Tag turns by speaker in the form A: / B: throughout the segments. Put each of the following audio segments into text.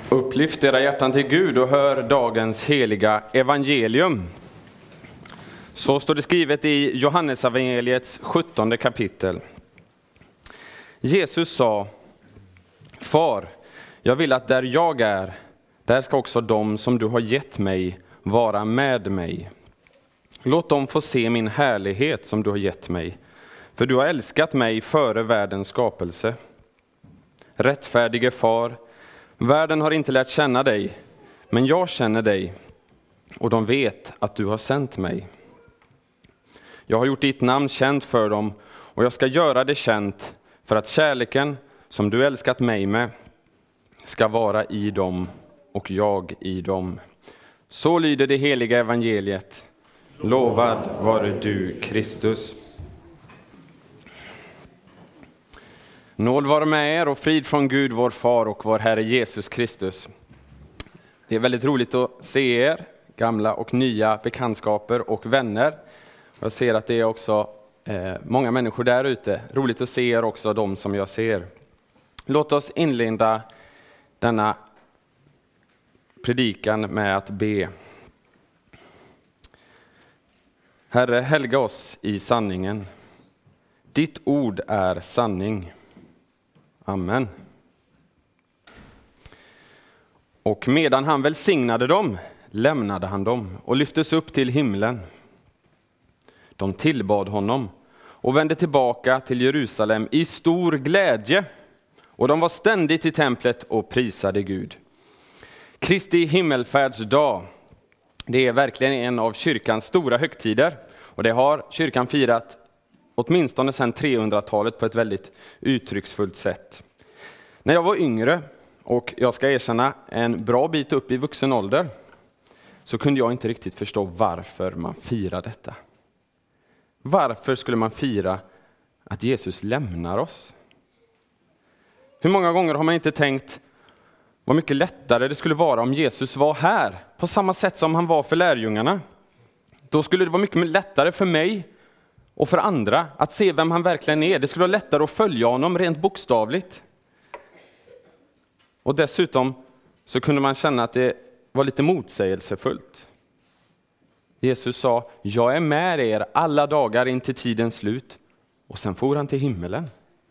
A: Upplyft era hjärtan till Gud och hör dagens heliga evangelium. Så står det skrivet i Johannesevangeliets 17:e kapitel. Jesus sa: Far, jag vill att där jag är, där ska också de som du har gett mig vara med mig. Låt dem få se min härlighet som du har gett mig, för du har älskat mig före världens skapelse. Rättfärdige far, världen har inte lärt känna dig, men jag känner dig, och de vet att du har sänt mig. Jag har gjort ditt namn känt för dem, och jag ska göra det känt för att kärleken som du älskat mig med ska vara i dem och jag i dem. Så lyder det heliga evangeliet. Lovad vare du, Kristus. Nåd vare med er och frid från Gud vår far och vår Herre Jesus Kristus. Det är väldigt roligt att se er, gamla och nya bekantskaper och vänner. Jag ser att det är också många människor där ute. Roligt att se er också, de som jag ser. Låt oss inleda denna predikan med att be. Herre, helga oss i sanningen. Ditt ord är sanning. Amen. Och medan han välsignade dem, lämnade han dem och lyftes upp till himlen. De tillbad honom och vände tillbaka till Jerusalem i stor glädje. Och de var ständigt i templet och prisade Gud. Kristi himmelfärdsdag, det är verkligen en av kyrkans stora högtider. Och det har kyrkan firat åtminstone sedan 300-talet på ett väldigt uttrycksfullt sätt. När jag var yngre, och jag ska erkänna en bra bit upp i vuxen ålder, så kunde jag inte riktigt förstå varför man firar detta. Varför skulle man fira att Jesus lämnar oss? Hur många gånger har man inte tänkt vad mycket lättare det skulle vara om Jesus var här, på samma sätt som han var för lärjungarna. Då skulle det vara mycket lättare för mig och för andra att se vem han verkligen är. Det skulle vara lättare att följa honom rent bokstavligt. Och dessutom så kunde man känna att det var lite motsägelsefullt. Jesus sa: jag är med er alla dagar in till tidens slut. Och sen for han till himmelen.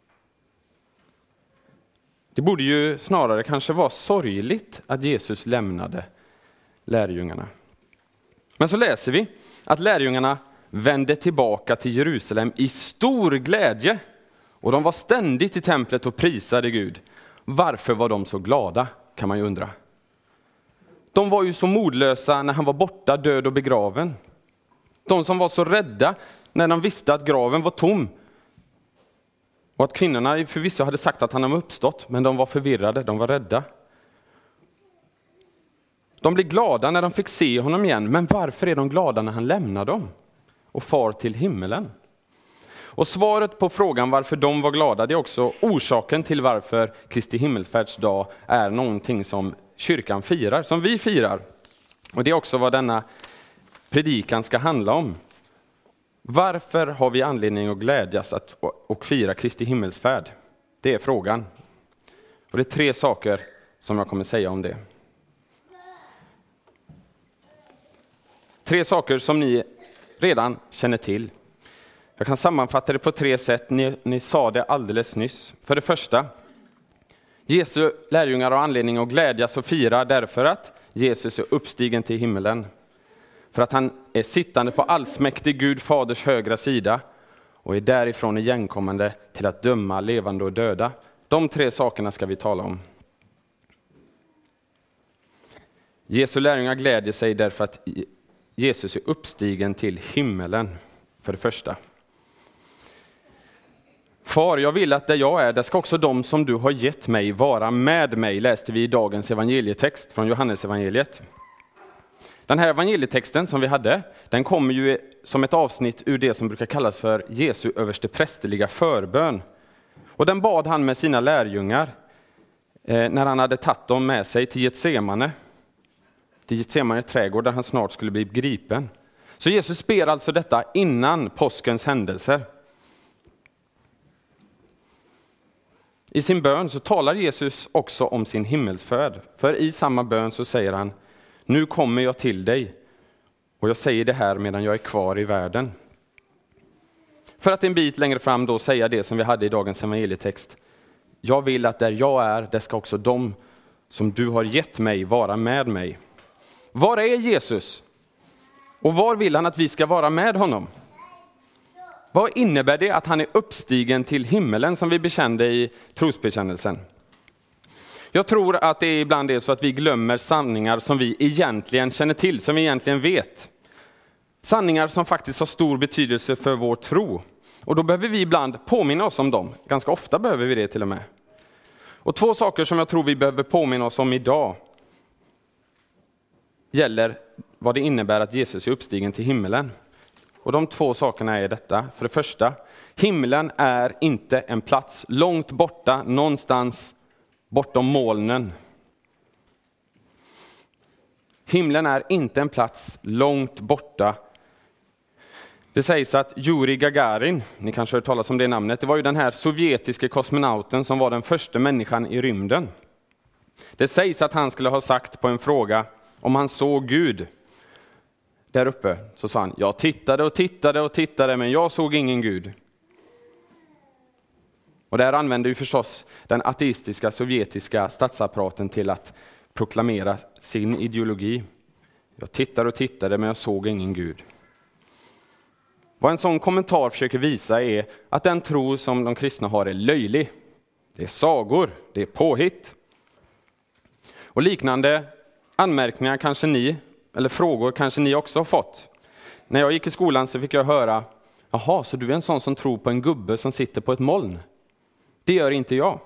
A: Det borde ju snarare kanske vara sorgligt att Jesus lämnade lärjungarna. Men så läser vi att lärjungarna vände tillbaka till Jerusalem i stor glädje. Och de var ständigt i templet och prisade Gud. Varför var de så glada, kan man ju undra. De var ju så modlösa när han var borta, död och begraven. De som var så rädda när de visste att graven var tom. Och att kvinnorna förvisso hade sagt att han har uppstått, men de var förvirrade, de var rädda. De blev glada när de fick se honom igen, men varför är de glada när han lämnar dem och far till himmelen? Och svaret på frågan varför de var glada, det är också orsaken till varför Kristi himmelfärdsdag är någonting som kyrkan firar, som vi firar. Och det är också vad denna predikan ska handla om. Varför har vi anledning att glädjas och fira Kristi himmelsfärd? Det är frågan. Och det är 3 saker som jag kommer säga om det. 3 saker som ni redan känner till. Jag kan sammanfatta det på 3 sätt. Ni sa det alldeles nyss. För det första, Jesu lärjungar har anledning att glädjas och fira därför att Jesus är uppstigen till himmelen. För att han är sittande på allsmäktig Gud faders högra sida och är därifrån igenkommande till att döma levande och döda. De 3 sakerna ska vi tala om. Jesu lärjungar glädjer sig därför att Jesus är uppstigen till himmelen, för det första. Far, jag vill att där jag är, där ska också de som du har gett mig vara med mig, läste vi i dagens evangelietext från Johannesevangeliet. Den här evangelietexten som vi hade, den kommer ju som ett avsnitt ur det som brukar kallas för Jesu översteprästerliga förbön. Och den bad han med sina lärjungar när han hade tagit dem med sig till Getsemane trädgård där han snart skulle bli gripen. Så Jesus ber alltså detta innan påskens händelser. I sin bön så talar Jesus också om sin himmelsfärd. För i samma bön så säger han: nu kommer jag till dig, och jag säger det här medan jag är kvar i världen. För att en bit längre fram då säga det som vi hade i dagens evangelietext: jag vill att där jag är, där ska också de som du har gett mig vara med mig. Var är Jesus? Och var vill han att vi ska vara med honom? Vad innebär det att han är uppstigen till himmelen, som vi bekände i trosbekännelsen? Jag tror att det ibland är så att vi glömmer sanningar som vi egentligen känner till, som vi egentligen vet. Sanningar som faktiskt har stor betydelse för vår tro. Och då behöver vi ibland påminna oss om dem. Ganska ofta behöver vi det till och med. Och 2 saker som jag tror vi behöver påminna oss om idag gäller vad det innebär att Jesus är uppstigen till himmelen. Och de 2 sakerna är detta. För det första, himlen är inte en plats långt borta, någonstans bortom molnen. Himlen är inte en plats långt borta. Det sägs att Yuri Gagarin, ni kanske har hört talas om det namnet, det var ju den här sovjetiska kosmonauten som var den första människan i rymden. Det sägs att han skulle ha sagt på en fråga om han såg Gud där uppe, så sa han: jag tittade och tittade och tittade, men jag såg ingen Gud. Och där använde ju förstås den ateistiska sovjetiska statsapparaten till att proklamera sin ideologi. Jag tittade och tittade, men jag såg ingen Gud. Vad en sån kommentar försöker visa är att den tro som de kristna har är löjlig. Det är sagor, det är påhitt. Och liknande anmärkningar kanske ni, eller frågor kanske ni också har fått. När jag gick i skolan så fick jag höra: jaha, så du är en sån som tror på en gubbe som sitter på ett moln? Det gör inte jag.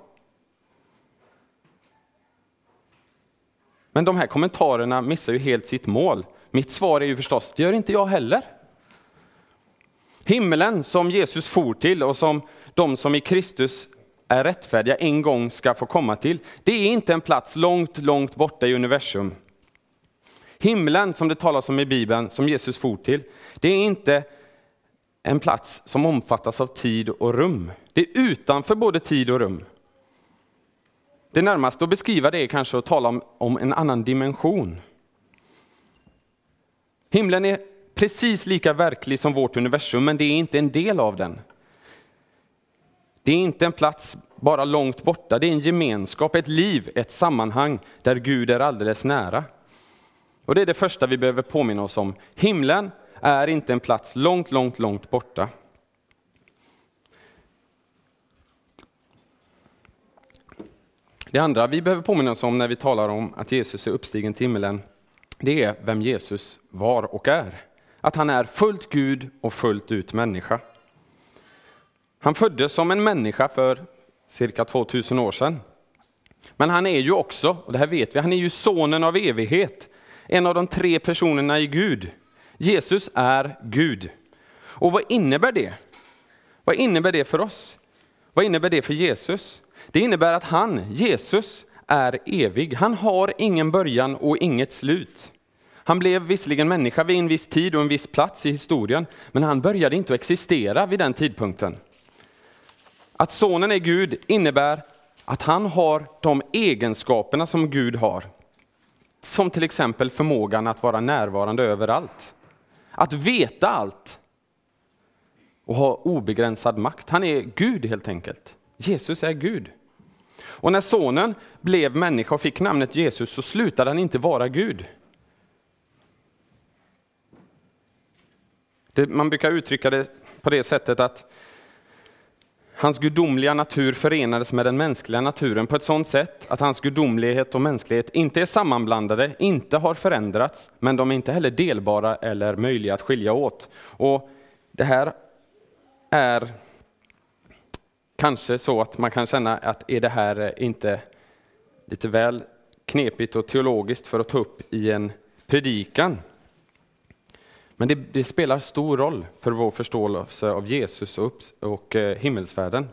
A: Men de här kommentarerna missar ju helt sitt mål. Mitt svar är ju förstås: det gör inte jag heller. Himmelen som Jesus for till och som de som i Kristus är rättfärdiga en gång ska få komma till, det är inte en plats långt, långt borta i universum. Himlen som det talas om i Bibeln, som Jesus for till, det är inte en plats som omfattas av tid och rum. Det är utanför både tid och rum. Det närmaste att beskriva det är kanske att tala om en annan dimension. Himlen är precis lika verklig som vårt universum, men det är inte en del av den. Det är inte en plats bara långt borta, det är en gemenskap, ett liv, ett sammanhang där Gud är alldeles nära. Och det är det första vi behöver påminna oss om. Himlen är inte en plats långt, långt, långt borta. Det andra vi behöver påminna oss om när vi talar om att Jesus är uppstigen till himlen, det är vem Jesus var och är. Att han är fullt Gud och fullt ut människa. Han föddes som en människa för cirka 2000 år sedan. Men han är ju också, och det här vet vi, han är ju sonen av evighet. En av de 3 personerna i Gud. Jesus är Gud. Och vad innebär det? Vad innebär det för oss? Vad innebär det för Jesus? Det innebär att Jesus, är evig. Han har ingen början och inget slut. Han blev visserligen människa vid en viss tid och en viss plats i historien, men han började inte att existera vid den tidpunkten. Att sonen är Gud innebär att han har de egenskaperna som Gud har. Som till exempel förmågan att vara närvarande överallt. Att veta allt. Och ha obegränsad makt. Han är Gud helt enkelt. Jesus är Gud. Och när sonen blev människa och fick namnet Jesus så slutade han inte vara Gud. Man brukar uttrycka det på det sättet att hans gudomliga natur förenades med den mänskliga naturen på ett sådant sätt att hans gudomlighet och mänsklighet inte är sammanblandade, inte har förändrats, men de är inte heller delbara eller möjliga att skilja åt. Och det här är kanske så att man kan känna att är det här inte lite väl knepigt och teologiskt för att ta upp i en predikan. Men det spelar stor roll för vår förståelse av Jesus och himmelsfärden.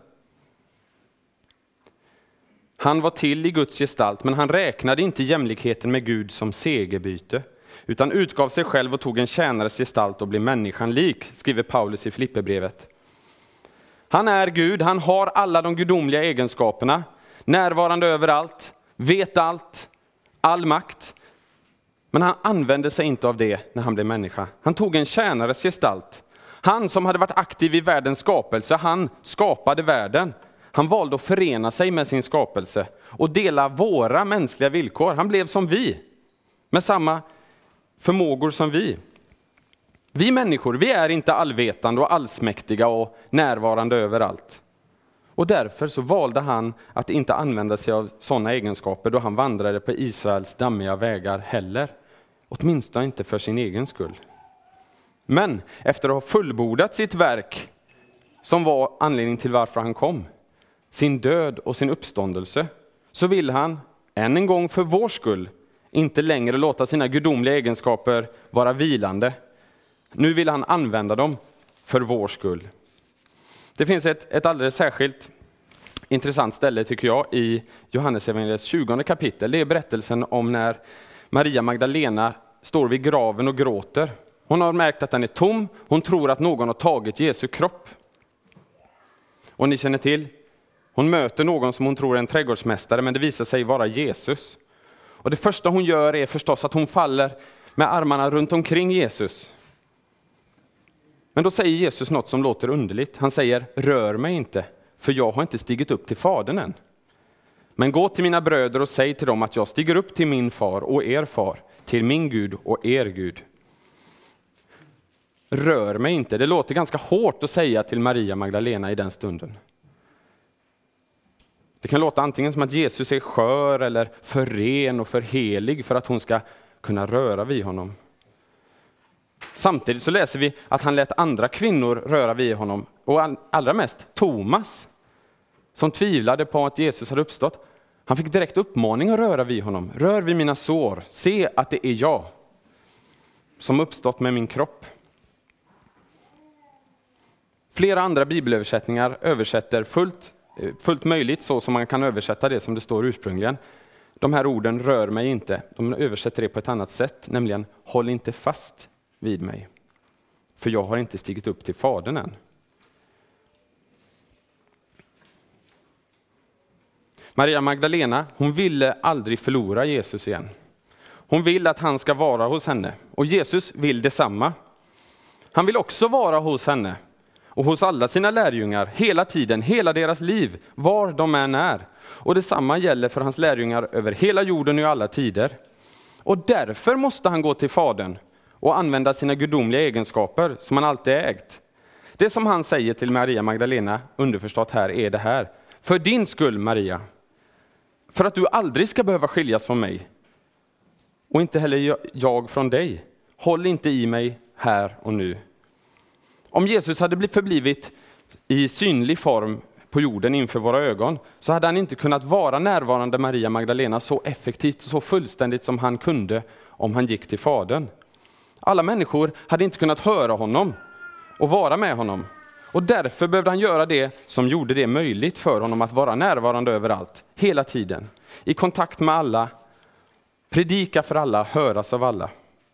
A: Han var till i Guds gestalt, men han räknade inte jämlikheten med Gud som segerbyte, utan utgav sig själv och tog en tjänares gestalt och blev människan lik, skriver Paulus i Filipperbrevet. Han är Gud, han har alla de gudomliga egenskaperna. Närvarande överallt, vet allt, all makt. Men han använde sig inte av det när han blev människa. Han tog en tjänares gestalt. Han som hade varit aktiv i världens skapelse, han skapade världen. Han valde att förena sig med sin skapelse och dela våra mänskliga villkor. Han blev som vi, med samma förmågor som vi. Vi människor, vi är inte allvetande och allsmäktiga och närvarande överallt. Och därför så valde han att inte använda sig av sådana egenskaper då han vandrade på Israels dammiga vägar heller. Åtminstone inte för sin egen skull. Men efter att ha fullbordat sitt verk, som var anledningen till varför han kom, sin död och sin uppståndelse, så vill han, än en gång för vår skull, inte längre låta sina gudomliga egenskaper vara vilande. Nu vill han använda dem för vår skull. Det finns ett alldeles särskilt intressant ställe tycker jag i Johannesevangeliets 20 kapitel. Det är berättelsen om när Maria Magdalena står vid graven och gråter. Hon har märkt att den är tom. Hon tror att någon har tagit Jesu kropp. Och ni känner till, hon möter någon som hon tror är en trädgårdsmästare, men det visar sig vara Jesus. Och det första hon gör är förstås att hon faller med armarna runt omkring Jesus. Men då säger Jesus något som låter underligt. Han säger, rör mig inte, för jag har inte stigit upp till Fadern än. Men gå till mina bröder och säg till dem att jag stiger upp till min far och er far, till min Gud och er Gud. Rör mig inte, det låter ganska hårt att säga till Maria Magdalena i den stunden. Det kan låta antingen som att Jesus är skör eller för ren och för helig för att hon ska kunna röra vid honom. Samtidigt så läser vi att han lät andra kvinnor röra vid honom. Och allra mest Thomas, som tvivlade på att Jesus hade uppstått. Han fick direkt uppmaning att röra vid honom. Rör vid mina sår, se att det är jag som uppstått med min kropp. Flera andra bibelöversättningar översätter fullt möjligt så som man kan översätta det som det står ursprungligen. De här orden rör mig inte, de översätter det på ett annat sätt, nämligen håll inte fast vid mig, för jag har inte stigit upp till Fadern än. Maria Magdalena, hon ville aldrig förlora Jesus igen. Hon vill att han ska vara hos henne, och Jesus vill detsamma. Han vill också vara hos henne och hos alla sina lärjungar hela tiden, hela deras liv, var de än är. Och detsamma gäller för hans lärjungar över hela jorden och i alla tider. Och därför måste han gå till Fadern och använda sina gudomliga egenskaper som han alltid ägt. Det som han säger till Maria Magdalena, underförstått här, är det här. För din skull, Maria, för att du aldrig ska behöva skiljas från mig och inte heller jag från dig, håll inte i mig här och nu. Om Jesus hade förblivit i synlig form på jorden inför våra ögon, så hade han inte kunnat vara närvarande Maria Magdalena så effektivt, så fullständigt som han kunde om han gick till Fadern. Alla människor hade inte kunnat höra honom och vara med honom. Och därför behövde han göra det som gjorde det möjligt för honom att vara närvarande överallt, hela tiden. I kontakt med alla, predika för alla, höras av alla.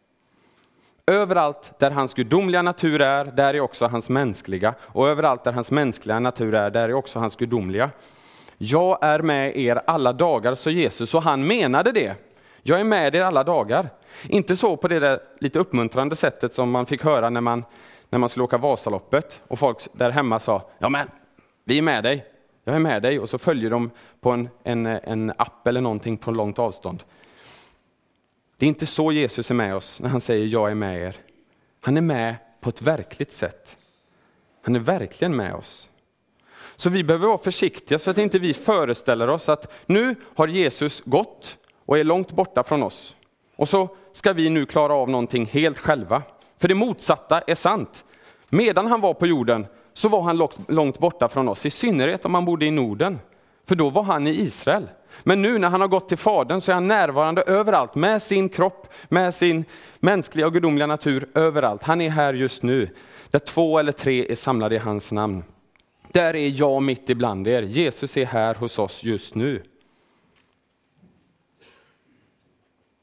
A: Överallt där hans gudomliga natur är, där är också hans mänskliga. Och överallt där hans mänskliga natur är, där är också hans gudomliga. Jag är med er alla dagar, sa Jesus, och han menade det. Jag är med er alla dagar. Inte så på det där lite uppmuntrande sättet som man fick höra när man skulle åka Vasaloppet. Och folk där hemma sa, ja men, vi är med dig. Jag är med dig. Och så följer de på en app eller någonting på långt avstånd. Det är inte så Jesus är med oss när han säger jag är med er. Han är med på ett verkligt sätt. Han är verkligen med oss. Så vi behöver vara försiktiga så att inte vi föreställer oss att nu har Jesus gått och är långt borta från oss. Och så ska vi nu klara av någonting helt själva. För det motsatta är sant. Medan han var på jorden så var han långt borta från oss. I synnerhet om han bodde i Norden. För då var han i Israel. Men nu när han har gått till Fadern så är han närvarande överallt. Med sin kropp, med sin mänskliga och gudomliga natur överallt. Han är här just nu. Där 2 eller 3 är samlade i hans namn. Där är jag mitt ibland er. Jesus är här hos oss just nu.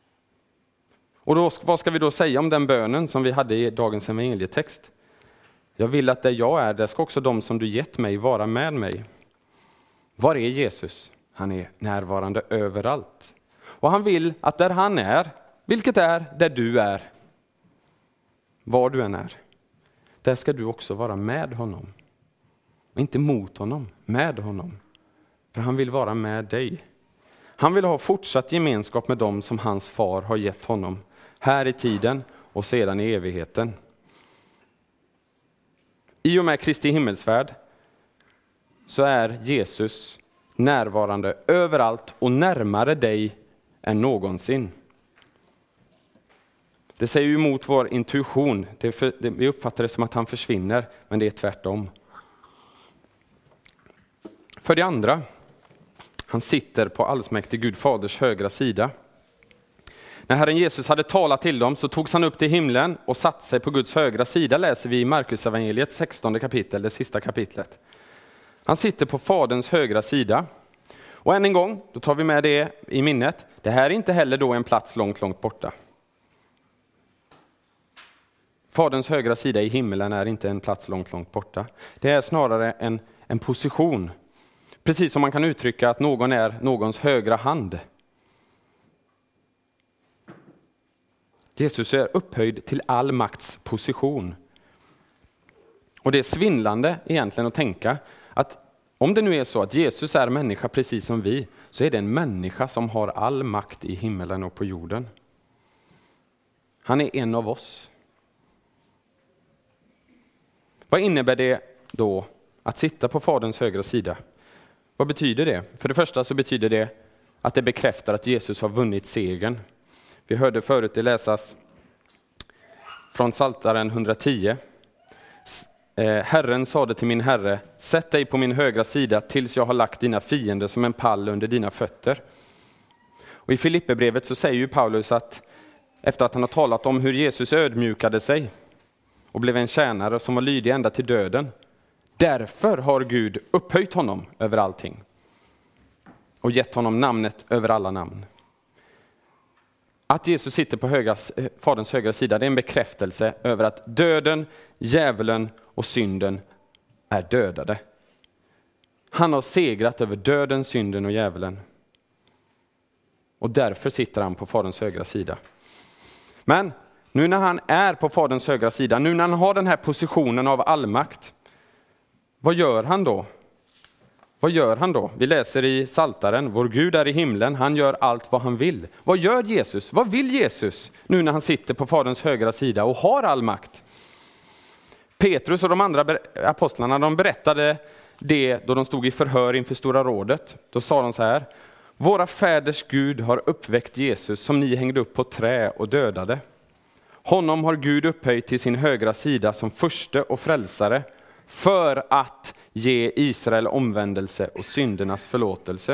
A: Och då, vad ska vi då säga om den bönen som vi hade i dagens evangelietext? Jag vill att där jag är, där ska också de som du gett mig vara med mig. Var är Jesus? Han är närvarande överallt. Och han vill att där han är, vilket är där du är, var du än är, där ska du också vara med honom. Inte mot honom, med honom. För han vill vara med dig. Han vill ha fortsatt gemenskap med dem som hans far har gett honom. Här i tiden och sedan i evigheten. I och med Kristi himmelsfärd så är Jesus närvarande överallt och närmare dig än någonsin. Det säger ju emot vår intuition. Vi uppfattar det som att han försvinner, men det är tvärtom. För det andra, han sitter på allsmäktig Gud faders högra sida. När Herren Jesus hade talat till dem så togs han upp till himlen och satte sig på Guds högra sida, läser vi i Markus evangeliet 16 kapitel, det sista kapitlet. Han sitter på faderns högra sida. Och än en gång, då tar vi med det i minnet. Det här är inte heller då en plats långt, långt borta. Faderns högra sida i himlen är inte en plats långt, långt borta. Det är snarare en position. Precis som man kan uttrycka att någon är någons högra hand. Jesus är upphöjd till all makts position. Och det är svindlande egentligen att tänka att om det nu är så att Jesus är människa precis som vi, så är det en människa som har all makt i himmelen och på jorden. Han är en av oss. Vad innebär det då att sitta på faderns högra sida? Vad betyder det? För det första så betyder det att det bekräftar att Jesus har vunnit segern. Vi hörde förut det läsas från Psaltaren 110. Herren sade till min herre, sätt dig på min högra sida tills jag har lagt dina fiender som en pall under dina fötter. Och i Filipperbrevet så säger ju Paulus att efter att han har talat om hur Jesus ödmjukade sig och blev en tjänare som var lydig ända till döden. Därför har Gud upphöjt honom över allting och gett honom namnet över alla namn. Att Jesus sitter på faderns högra sida, det är en bekräftelse över att döden, djävulen och synden är dödade. Han har segrat över döden, synden och djävulen. Och därför sitter han på faderns högra sida. Men nu när han är på faderns högra sida, nu när han har den här positionen av allmakt, vad gör han då? Vad gör han då? Vi läser i Psaltaren, vår Gud är i himlen, han gör allt vad han vill. Vad gör Jesus? Vad vill Jesus nu när han sitter på faderns högra sida och har all makt? Petrus och de andra apostlarna, de berättade det då de stod i förhör inför Stora rådet. Då sa de så här, våra fäders Gud har uppväckt Jesus som ni hängde upp på trä och dödade. Honom har Gud upphöjt till sin högra sida som förste och frälsare för att ge Israel omvändelse och syndernas förlåtelse.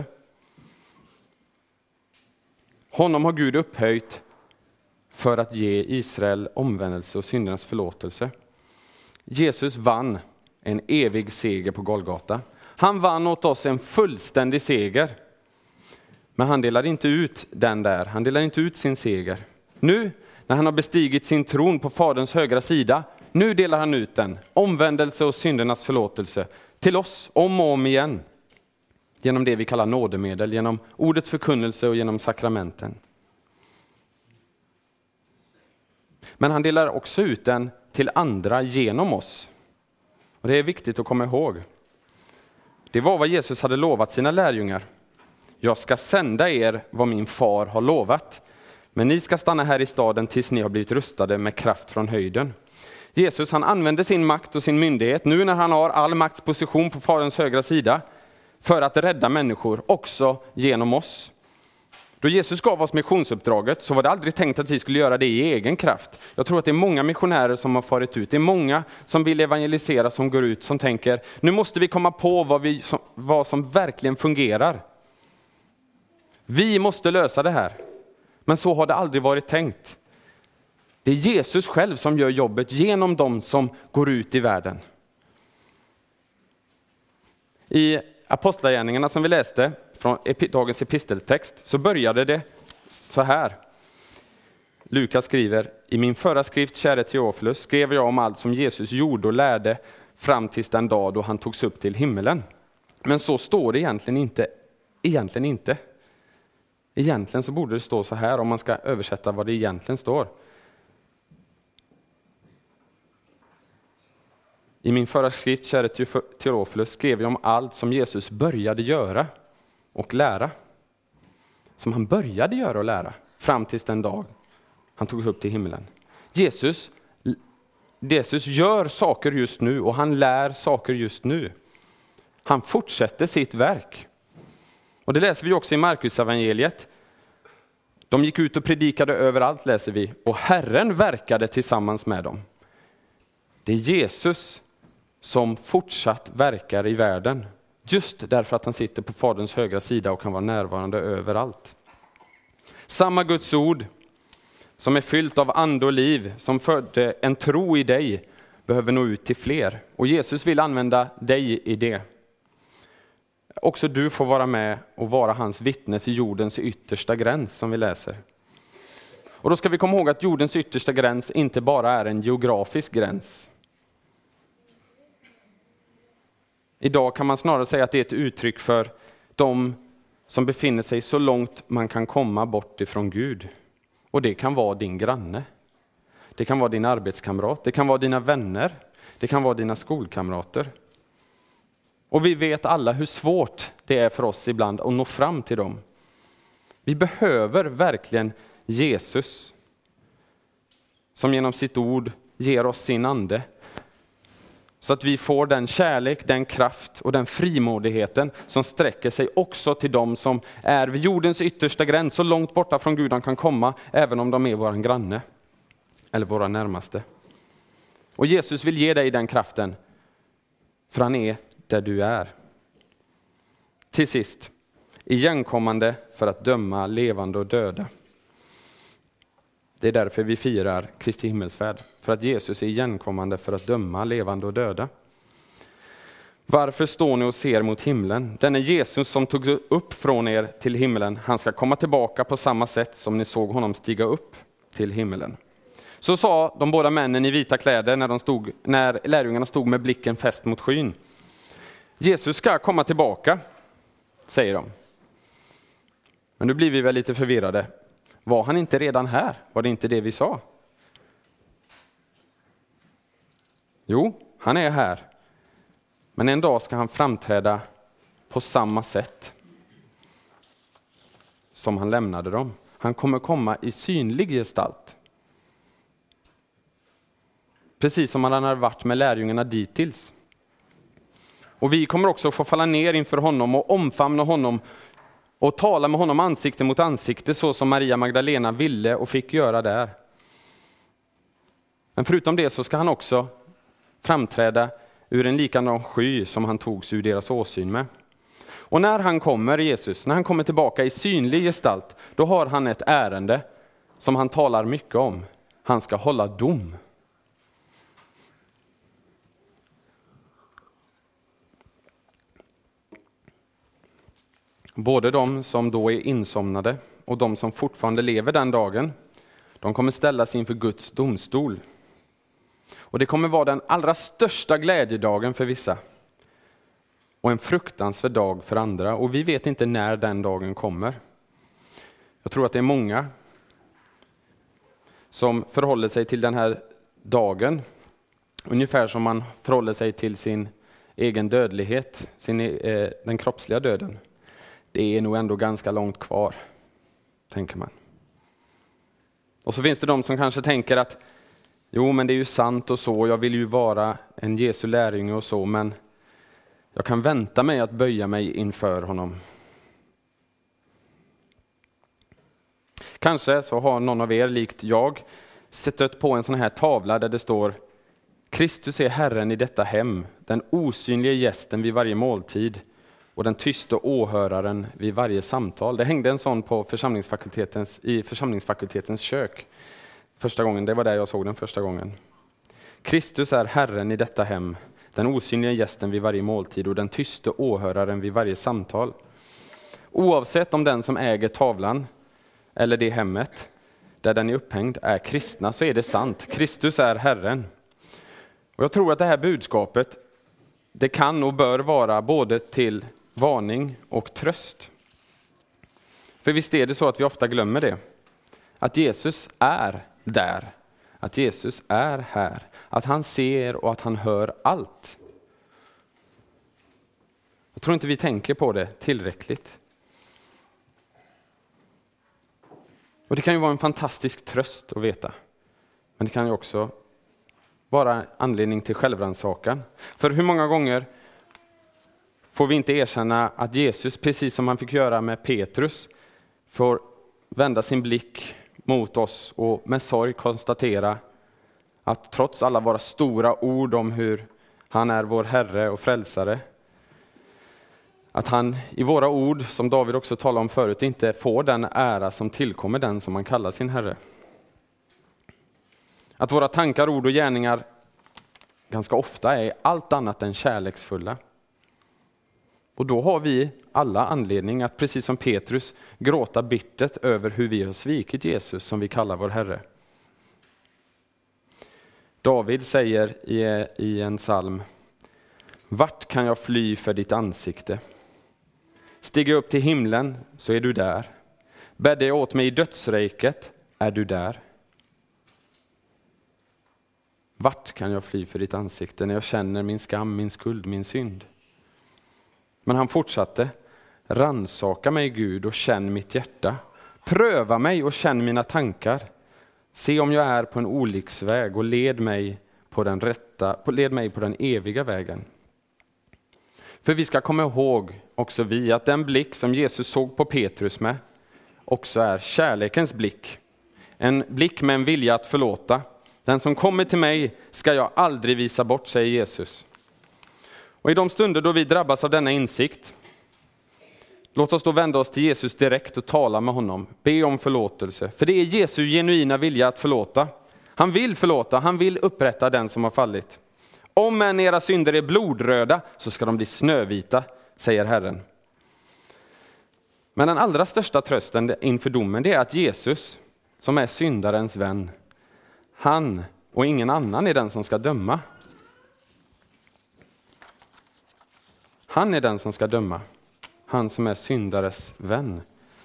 A: Honom har Gud upphöjt för att ge Israel omvändelse och syndernas förlåtelse. Jesus vann en evig seger på Golgata. Han vann åt oss en fullständig seger. Men han delade inte ut den där. Han delade inte ut sin seger. Nu när han har bestigit sin tron på faderns högra sida, nu delar han ut den. Omvändelse och syndernas förlåtelse till oss om och om igen. Genom det vi kallar nådemedel, genom ordets förkunnelse och genom sakramenten. Men han delar också ut den till andra genom oss. Och det är viktigt att komma ihåg. Det var vad Jesus hade lovat sina lärjungar. Jag ska sända er vad min far har lovat. Men ni ska stanna här i staden tills ni har blivit rustade med kraft från höjden. Jesus, han använde sin makt och sin myndighet nu när han har all makts position på faderns högra sida för att rädda människor också genom oss. Då Jesus gav oss missionsuppdraget så var det aldrig tänkt att vi skulle göra det i egen kraft. Jag tror att det är många missionärer som har farit ut. Det är många som vill evangelisera som går ut som tänker nu måste vi komma på vad som verkligen fungerar. Vi måste lösa det här. Men så har det aldrig varit tänkt. Det är Jesus själv som gör jobbet genom dem som går ut i världen. I Apostlagärningarna som vi läste från dagens episteltext så började det så här. Lukas skriver I min förra skrift, käre Teofilus, skrev jag om allt som Jesus gjorde och lärde fram tills den dag då han togs upp till himmelen. Men så står det egentligen inte. Egentligen så borde det stå så här om man ska översätta vad det egentligen står. I min förra skrift, käre Teofilus, skrev jag om allt som Jesus började göra och lära. Som han började göra och lära fram tills den dag han tog upp till himlen. Jesus gör saker just nu och han lär saker just nu. Han fortsätter sitt verk. Och det läser vi också i Markus evangeliet. De gick ut och predikade överallt, läser vi. Och Herren verkade tillsammans med dem. Det är Jesus som fortsatt verkar i världen. Just därför att han sitter på Faderns högra sida och kan vara närvarande överallt. Samma Guds ord som är fyllt av ande och liv, som födde en tro i dig, behöver nå ut till fler. Och Jesus vill använda dig i det. Också du får vara med och vara hans vittne till jordens yttersta gräns, som vi läser. Och då ska vi komma ihåg att jordens yttersta gräns inte bara är en geografisk gräns. Idag kan man snarare säga att det är ett uttryck för de som befinner sig så långt man kan komma bort ifrån Gud. Och det kan vara din granne. Det kan vara din arbetskamrat. Det kan vara dina vänner. Det kan vara dina skolkamrater. Och vi vet alla hur svårt det är för oss ibland att nå fram till dem. Vi behöver verkligen Jesus som genom sitt ord ger oss sin ande. Så att vi får den kärlek, den kraft och den frimodigheten som sträcker sig också till dem som är vid jordens yttersta gräns, så långt borta från Gud han kan komma, även om de är våran granne eller våra närmaste. Och Jesus vill ge dig den kraften, för han är där du är. Till sist, igenkommande för att döma levande och döda. Det är därför vi firar Kristi himmelsfärd. För att Jesus är igenkommande för att döma levande och döda. Varför står ni och ser mot himlen? Den är Jesus som tog upp från er till himlen. Han ska komma tillbaka på samma sätt som ni såg honom stiga upp till himlen. Så sa de båda männen i vita kläder när lärjungarna stod med blicken fäst mot skyn. Jesus ska komma tillbaka, säger de. Men nu blir vi väl lite förvirrade. Var han inte redan här? Var det inte det vi sa? Jo, han är här. Men en dag ska han framträda på samma sätt som han lämnade dem. Han kommer komma i synlig gestalt. Precis som han har varit med lärjungarna dittills. Och vi kommer också få falla ner inför honom och omfamna honom och tala med honom ansikte mot ansikte, så som Maria Magdalena ville och fick göra där. Men förutom det så ska han också framträda ur en likadan sky som han togs ur deras åsyn med. Och när han kommer, Jesus, när han kommer tillbaka i synlig gestalt, då har han ett ärende som han talar mycket om. Han ska hålla dom. Både de som då är insomnade och de som fortfarande lever den dagen, de kommer ställas inför Guds domstol. Och det kommer vara den allra största glädjedagen för vissa. Och en fruktansvärd dag för andra. Och vi vet inte när den dagen kommer. Jag tror att det är många som förhåller sig till den här dagen ungefär som man förhåller sig till sin egen dödlighet, den kroppsliga döden. Det är nog ändå ganska långt kvar, tänker man. Och så finns det de som kanske tänker att jo, men det är ju sant och så, jag vill ju vara en Jesu lärjunge och så, men jag kan vänta mig att böja mig inför honom. Kanske så har någon av er, likt jag, sett på en sån här tavla där det står: Kristus är Herren i detta hem, den osynliga gästen vid varje måltid och den tysta åhöraren vid varje samtal. Det hängde en sån på församlingsfakultetens kök första gången. Det var där jag såg den första gången. Kristus är Herren i detta hem, den osynliga gästen vid varje måltid och den tysta åhöraren vid varje samtal. Oavsett om den som äger tavlan eller det hemmet, där den är upphängd är kristna, så är det sant. Kristus är Herren. Och jag tror att det här budskapet, det kan och bör vara både till varning och tröst. För visst är det så att vi ofta glömmer det. Att Jesus är där. Att Jesus är här. Att han ser och att han hör allt. Jag tror inte vi tänker på det tillräckligt. Och det kan ju vara en fantastisk tröst att veta. Men det kan ju också vara anledning till självrannsakan. För hur många gånger får vi inte erkänna att Jesus, precis som han fick göra med Petrus, får vända sin blick mot oss och med sorg konstatera att trots alla våra stora ord om hur han är vår Herre och frälsare, att han i våra ord, som David också talade om förut, inte får den ära som tillkommer den som man kallar sin Herre. Att våra tankar, ord och gärningar ganska ofta är allt annat än kärleksfulla. Och då har vi alla anledning att, precis som Petrus, gråta bittert över hur vi har svikit Jesus som vi kallar vår Herre. David säger i en psalm: vart kan jag fly för ditt ansikte? Stiger jag upp till himlen så är du där. Bäddar jag åt mig i dödsriket är du där. Vart kan jag fly för ditt ansikte när jag känner min skam, min skuld, min synd? Men han fortsatte: rannsaka mig Gud och känn mitt hjärta. Pröva mig och känn mina tankar. Se om jag är på en olycksväg och led mig på den eviga vägen. För vi ska komma ihåg också vi att den blick som Jesus såg på Petrus med också är kärlekens blick. En blick med en vilja att förlåta. Den som kommer till mig ska jag aldrig visa bort, säger Jesus. Och i de stunder då vi drabbas av denna insikt, låt oss då vända oss till Jesus direkt och tala med honom. Be om förlåtelse. För det är Jesu genuina vilja att förlåta. Han vill förlåta, han vill upprätta den som har fallit. Om än era synder är blodröda så ska de bli snövita, säger Herren. Men den allra största trösten inför domen, det är att Jesus, som är syndarens vän, han och ingen annan är den som ska döma. Han är den som ska döma. Han som är syndares vän.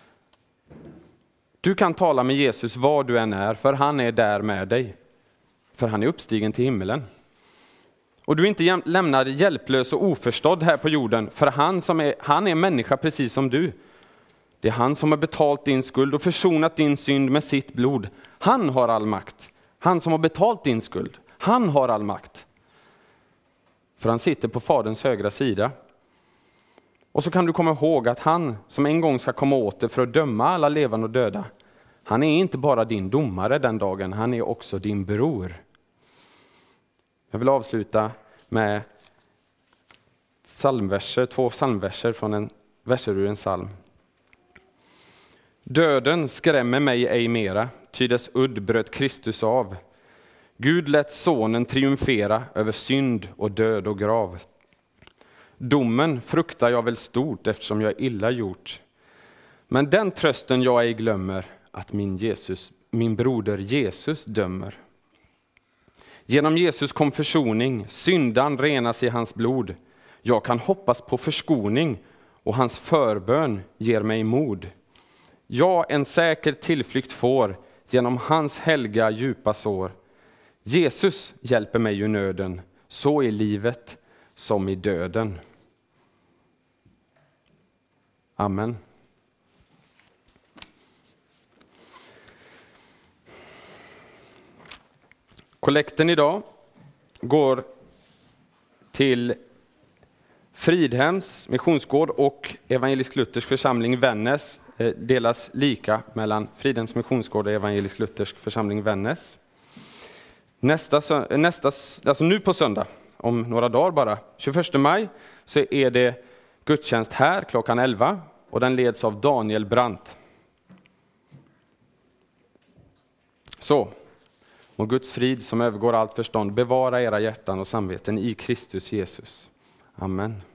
A: Du kan tala med Jesus var du än är, för han är där med dig. För han är uppstigen till himmelen. Och du är inte lämnad hjälplös och oförstådd här på jorden, för han är människa precis som du. Det är han som har betalt din skuld och försonat din synd med sitt blod. Han har all makt. Han som har betalt din skuld. Han har all makt. För han sitter på Faderns högra sida. Och så kan du komma ihåg att han som en gång ska komma åter för att döma alla levande och döda, han är inte bara din domare den dagen, han är också din bror. Jag vill avsluta med två psalmverser från verser ur en psalm. Döden skrämmer mig ej mera, ty dess udd bröt Kristus av. Gud lät sonen triumfera över synd och död och grav. Domen fruktar jag väl stort eftersom jag är illa gjort. Men den trösten jag ej glömmer, att min broder Jesus dömer. Genom Jesus kom försoning, syndan renas i hans blod. Jag kan hoppas på förskoning och hans förbön ger mig mod. Jag en säker tillflykt får genom hans helga djupa sår. Jesus hjälper mig ur nöden, så i livet som i döden. Amen. Kollekten idag går till Fridhems missionsgård och Evangelisk-luthersk församling Vännäs. Delas lika mellan Fridhems missionsgård och Evangelisk-luthersk församling Vännäs. Alltså nu på söndag, om några dagar bara, 21 maj, så är det gudstjänst här klockan 11 och den leds av Daniel Brandt. Så, och Guds frid som övergår allt förstånd bevara era hjärtan och samveten i Kristus Jesus. Amen.